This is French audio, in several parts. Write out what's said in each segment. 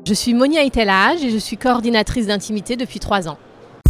Je suis Monia Itelage et je suis coordinatrice d'intimité depuis 3 ans.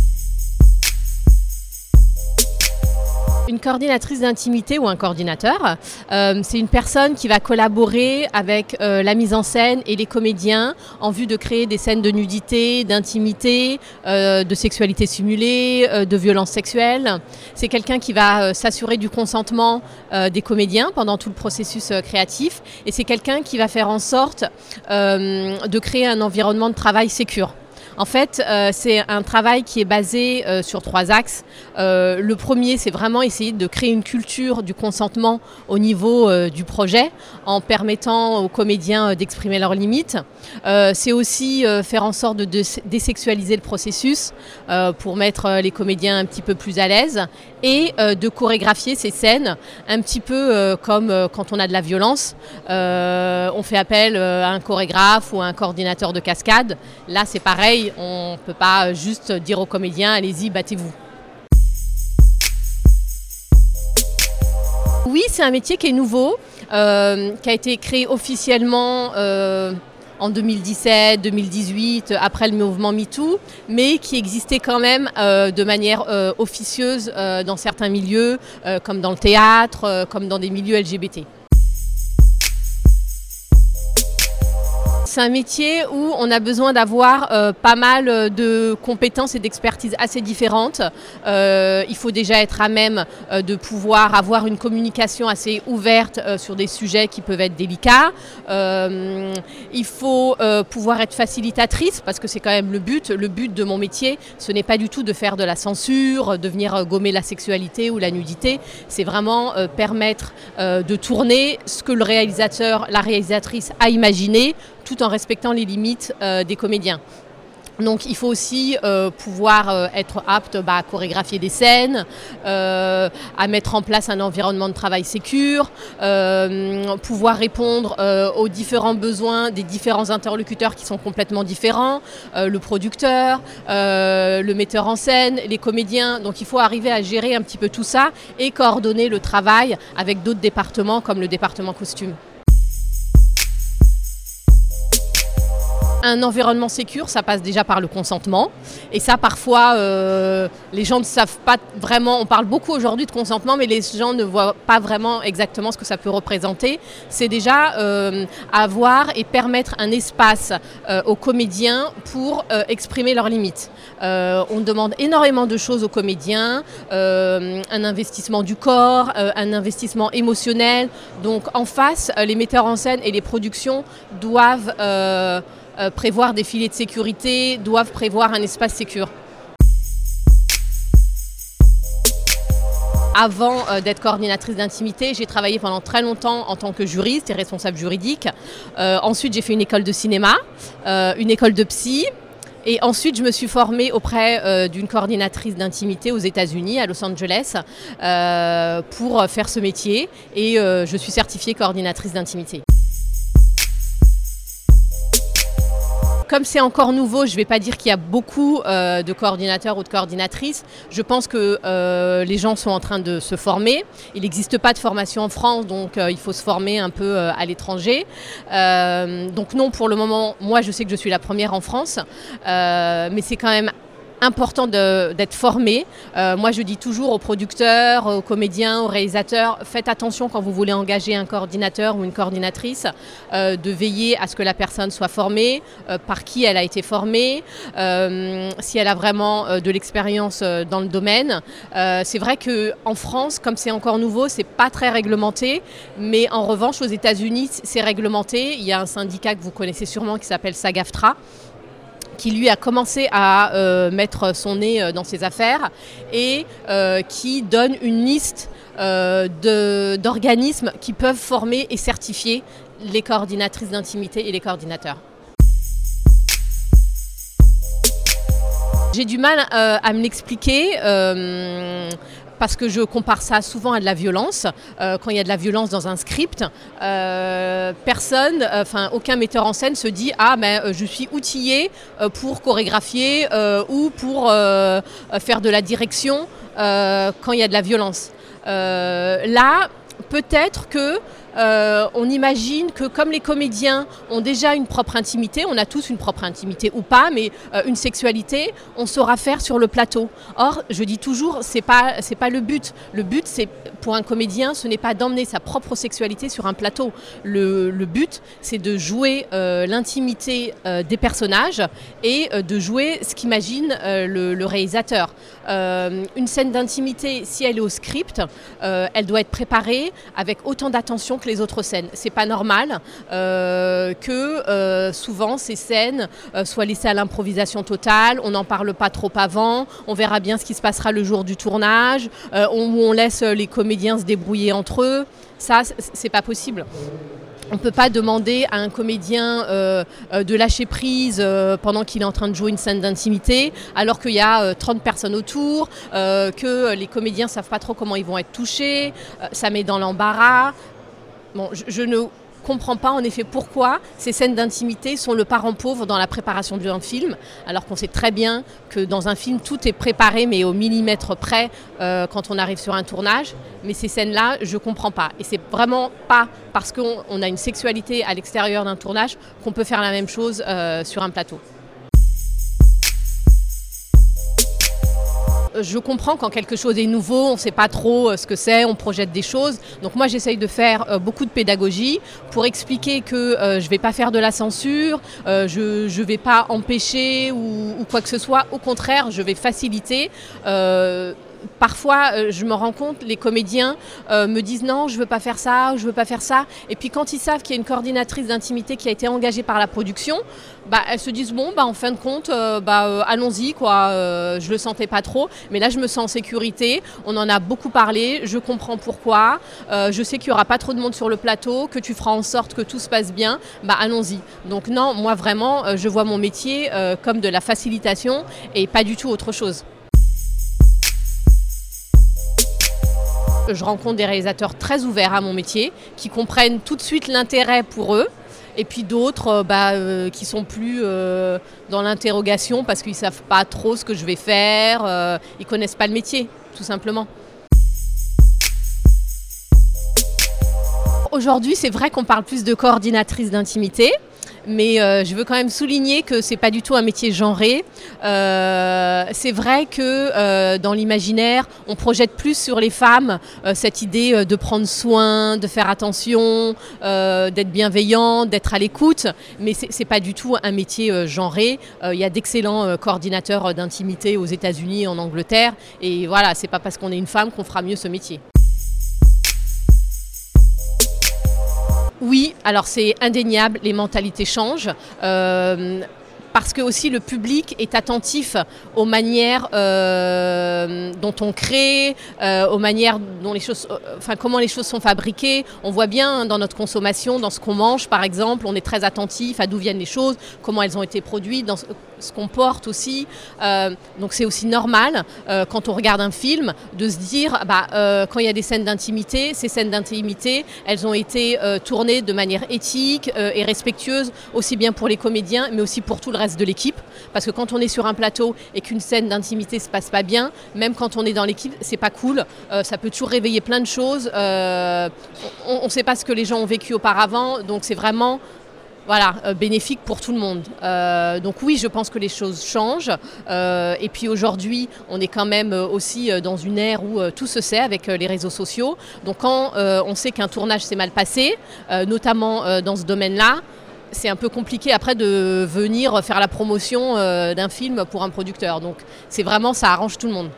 Une coordinatrice d'intimité ou un coordinateur, c'est une personne qui va collaborer avec la mise en scène et les comédiens en vue de créer des scènes de nudité, d'intimité, de sexualité simulée, de violence sexuelle. C'est quelqu'un qui va s'assurer du consentement des comédiens pendant tout le processus créatif et c'est quelqu'un qui va faire en sorte de créer un environnement de travail sécure. En fait, c'est un travail qui est basé sur 3 axes. Le premier, c'est vraiment essayer de créer une culture du consentement au niveau du projet en permettant aux comédiens d'exprimer leurs limites. C'est aussi faire en sorte de désexualiser le processus pour mettre les comédiens un petit peu plus à l'aise et de chorégraphier ces scènes un petit peu comme quand on a de la violence. On fait appel à un chorégraphe ou à un coordinateur de cascade. Là, c'est pareil. On ne peut pas juste dire aux comédiens « allez-y, battez-vous ». Oui, c'est un métier qui est nouveau, qui a été créé officiellement en 2017-2018, après le mouvement MeToo, mais qui existait quand même de manière officieuse dans certains milieux, comme dans le théâtre, comme dans des milieux LGBT. C'est un métier où on a besoin d'avoir pas mal de compétences et d'expertises assez différentes. Il faut déjà être à même de pouvoir avoir une communication assez ouverte sur des sujets qui peuvent être délicats. Il faut pouvoir être facilitatrice parce que c'est quand même le but. Le but de mon métier, ce n'est pas du tout de faire de la censure, de venir gommer la sexualité ou la nudité. C'est vraiment permettre de tourner ce que le réalisateur, la réalisatrice a imaginé, tout en respectant les limites des comédiens. Donc il faut aussi pouvoir être apte à chorégraphier des scènes, à mettre en place un environnement de travail sécure, pouvoir répondre aux différents besoins des différents interlocuteurs qui sont complètement différents, le producteur, le metteur en scène, les comédiens. Donc il faut arriver à gérer un petit peu tout ça et coordonner le travail avec d'autres départements comme le département costume. Un environnement sécure, ça passe déjà par le consentement. Et ça, parfois, les gens ne savent pas vraiment. On parle beaucoup aujourd'hui de consentement, mais les gens ne voient pas vraiment exactement ce que ça peut représenter. C'est déjà avoir et permettre un espace aux comédiens pour exprimer leurs limites. On demande énormément de choses aux comédiens, un investissement du corps, un investissement émotionnel. Donc, en face, les metteurs en scène et les productions doivent prévoir des filets de sécurité, doivent prévoir un espace sécure. Avant d'être coordinatrice d'intimité, j'ai travaillé pendant très longtemps en tant que juriste et responsable juridique. Ensuite, j'ai fait une école de cinéma, une école de psy. Et ensuite, je me suis formée auprès d'une coordinatrice d'intimité aux États-Unis, à Los Angeles, pour faire ce métier. Et je suis certifiée coordinatrice d'intimité. Comme c'est encore nouveau, je ne vais pas dire qu'il y a beaucoup de coordinateurs ou de coordinatrices. Je pense que les gens sont en train de se former. Il n'existe pas de formation en France, donc il faut se former un peu à l'étranger. Donc non, pour le moment, moi je sais que je suis la première en France, mais c'est quand même important d'être formé. Moi, je dis toujours aux producteurs, aux comédiens, aux réalisateurs, faites attention quand vous voulez engager un coordinateur ou une coordinatrice, de veiller à ce que la personne soit formée, par qui elle a été formée, si elle a vraiment de l'expérience dans le domaine. C'est vrai qu'en France, comme c'est encore nouveau, c'est pas très réglementé, mais en revanche, aux États-Unis, c'est réglementé. Il y a un syndicat que vous connaissez sûrement qui s'appelle SAG-AFTRA, qui lui a commencé à mettre son nez dans ses affaires et qui donne une liste d'organismes qui peuvent former et certifier les coordinatrices d'intimité et les coordinateurs. J'ai du mal à me l'expliquer. Parce que je compare ça souvent à de la violence. Quand il y a de la violence dans un script, aucun metteur en scène se dit « Ah, je suis outillé pour chorégraphier ou pour faire de la direction quand il y a de la violence ». Là, peut-être que on imagine que comme les comédiens ont déjà une propre intimité, on a tous une propre intimité ou pas, mais une sexualité, on saura faire sur le plateau. Or, je dis toujours, c'est pas le but. Le but, c'est pour un comédien, ce n'est pas d'emmener sa propre sexualité sur un plateau. Le but, c'est de jouer l'intimité des personnages et de jouer ce qu'imagine le réalisateur. Une scène d'intimité, si elle est au script, elle doit être préparée avec autant d'attention que les autres scènes. C'est pas normal que souvent ces scènes soient laissées à l'improvisation totale, on n'en parle pas trop avant, on verra bien ce qui se passera le jour du tournage, où on laisse les comédiens se débrouiller entre eux. Ça, c'est pas possible. On ne peut pas demander à un comédien de lâcher prise pendant qu'il est en train de jouer une scène d'intimité, alors qu'il y a 30 personnes autour, que les comédiens ne savent pas trop comment ils vont être touchés, ça met dans l'embarras. Bon, je ne comprends pas en effet pourquoi ces scènes d'intimité sont le parent pauvre dans la préparation d'un film, alors qu'on sait très bien que dans un film tout est préparé mais au millimètre près quand on arrive sur un tournage. Mais ces scènes-là, je ne comprends pas. Et c'est vraiment pas parce qu'on a une sexualité à l'extérieur d'un tournage qu'on peut faire la même chose sur un plateau. Je comprends quand quelque chose est nouveau, on ne sait pas trop ce que c'est, on projette des choses. Donc moi j'essaye de faire beaucoup de pédagogie pour expliquer que je ne vais pas faire de la censure, je ne vais pas empêcher ou quoi que ce soit. Au contraire, je vais faciliter. Parfois, je me rends compte, les comédiens me disent non, je ne veux pas faire ça, je ne veux pas faire ça. Et puis quand ils savent qu'il y a une coordinatrice d'intimité qui a été engagée par la production, elles se disent bon, en fin de compte, allons-y, quoi. Je ne le sentais pas trop, mais là je me sens en sécurité. On en a beaucoup parlé, je comprends pourquoi. Je sais qu'il n'y aura pas trop de monde sur le plateau, que tu feras en sorte que tout se passe bien. Allons-y. Donc non, moi vraiment, je vois mon métier comme de la facilitation et pas du tout autre chose. Je rencontre des réalisateurs très ouverts à mon métier, qui comprennent tout de suite l'intérêt pour eux, et puis d'autres qui sont plus dans l'interrogation parce qu'ils ne savent pas trop ce que je vais faire, ils ne connaissent pas le métier, tout simplement. Aujourd'hui, c'est vrai qu'on parle plus de coordinatrice d'intimité. Mais je veux quand même souligner que ce n'est pas du tout un métier genré. C'est vrai que dans l'imaginaire, on projette plus sur les femmes cette idée de prendre soin, de faire attention, d'être bienveillant, d'être à l'écoute. Mais ce n'est pas du tout un métier genré. Il y a d'excellents coordinateurs d'intimité aux États-Unis et en Angleterre. Et voilà, ce n'est pas parce qu'on est une femme qu'on fera mieux ce métier. Oui, alors c'est indéniable, les mentalités changent. Parce que aussi le public est attentif aux manières dont on crée, aux manières dont les choses, comment les choses sont fabriquées. On voit bien dans notre consommation, dans ce qu'on mange par exemple, on est très attentif à d'où viennent les choses, comment elles ont été produites, dans ce qu'on porte aussi. Donc c'est aussi normal quand on regarde un film de se dire quand il y a des scènes d'intimité, ces scènes d'intimité, elles ont été tournées de manière éthique et respectueuse, aussi bien pour les comédiens mais aussi pour tout le reste de l'équipe, parce que quand on est sur un plateau et qu'une scène d'intimité se passe pas bien, même quand on est dans l'équipe, c'est pas cool, ça peut toujours réveiller plein de choses, on ne sait pas ce que les gens ont vécu auparavant, donc c'est vraiment bénéfique pour tout le monde. Donc oui, je pense que les choses changent. Et puis aujourd'hui, on est quand même aussi dans une ère où tout se sait avec les réseaux sociaux. Donc quand on sait qu'un tournage s'est mal passé, notamment dans ce domaine-là, c'est un peu compliqué après de venir faire la promotion d'un film pour un producteur. Donc c'est vraiment, ça arrange tout le monde.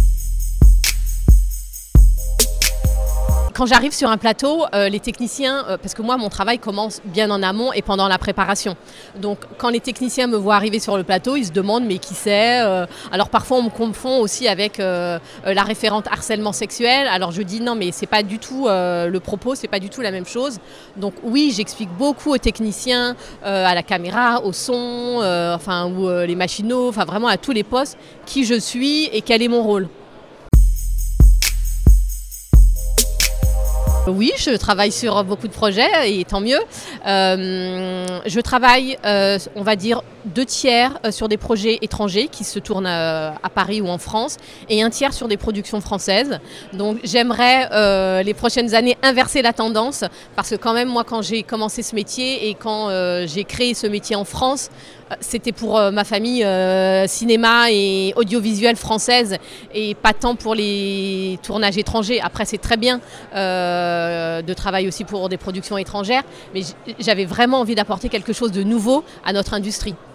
Quand j'arrive sur un plateau, les techniciens, parce que moi mon travail commence bien en amont et pendant la préparation. Donc quand les techniciens me voient arriver sur le plateau, ils se demandent mais qui c'est. Alors parfois on me confond aussi avec la référente harcèlement sexuel. Alors je dis non mais c'est pas du tout le propos, c'est pas du tout la même chose. Donc oui, j'explique beaucoup aux techniciens, à la caméra, au son, ou les machinaux, vraiment à tous les postes, qui je suis et quel est mon rôle. Oui, je travaille sur beaucoup de projets et tant mieux. Je travaille, on va dire, 2 tiers sur des projets étrangers qui se tournent à Paris ou en France et 1 tiers sur des productions françaises. Donc j'aimerais les prochaines années inverser la tendance parce que quand même moi quand j'ai commencé ce métier et quand j'ai créé ce métier en France, c'était pour ma famille cinéma et audiovisuel française et pas tant pour les tournages étrangers. Après c'est très bien de travailler aussi pour des productions étrangères, mais j'avais vraiment envie d'apporter quelque chose de nouveau à notre industrie.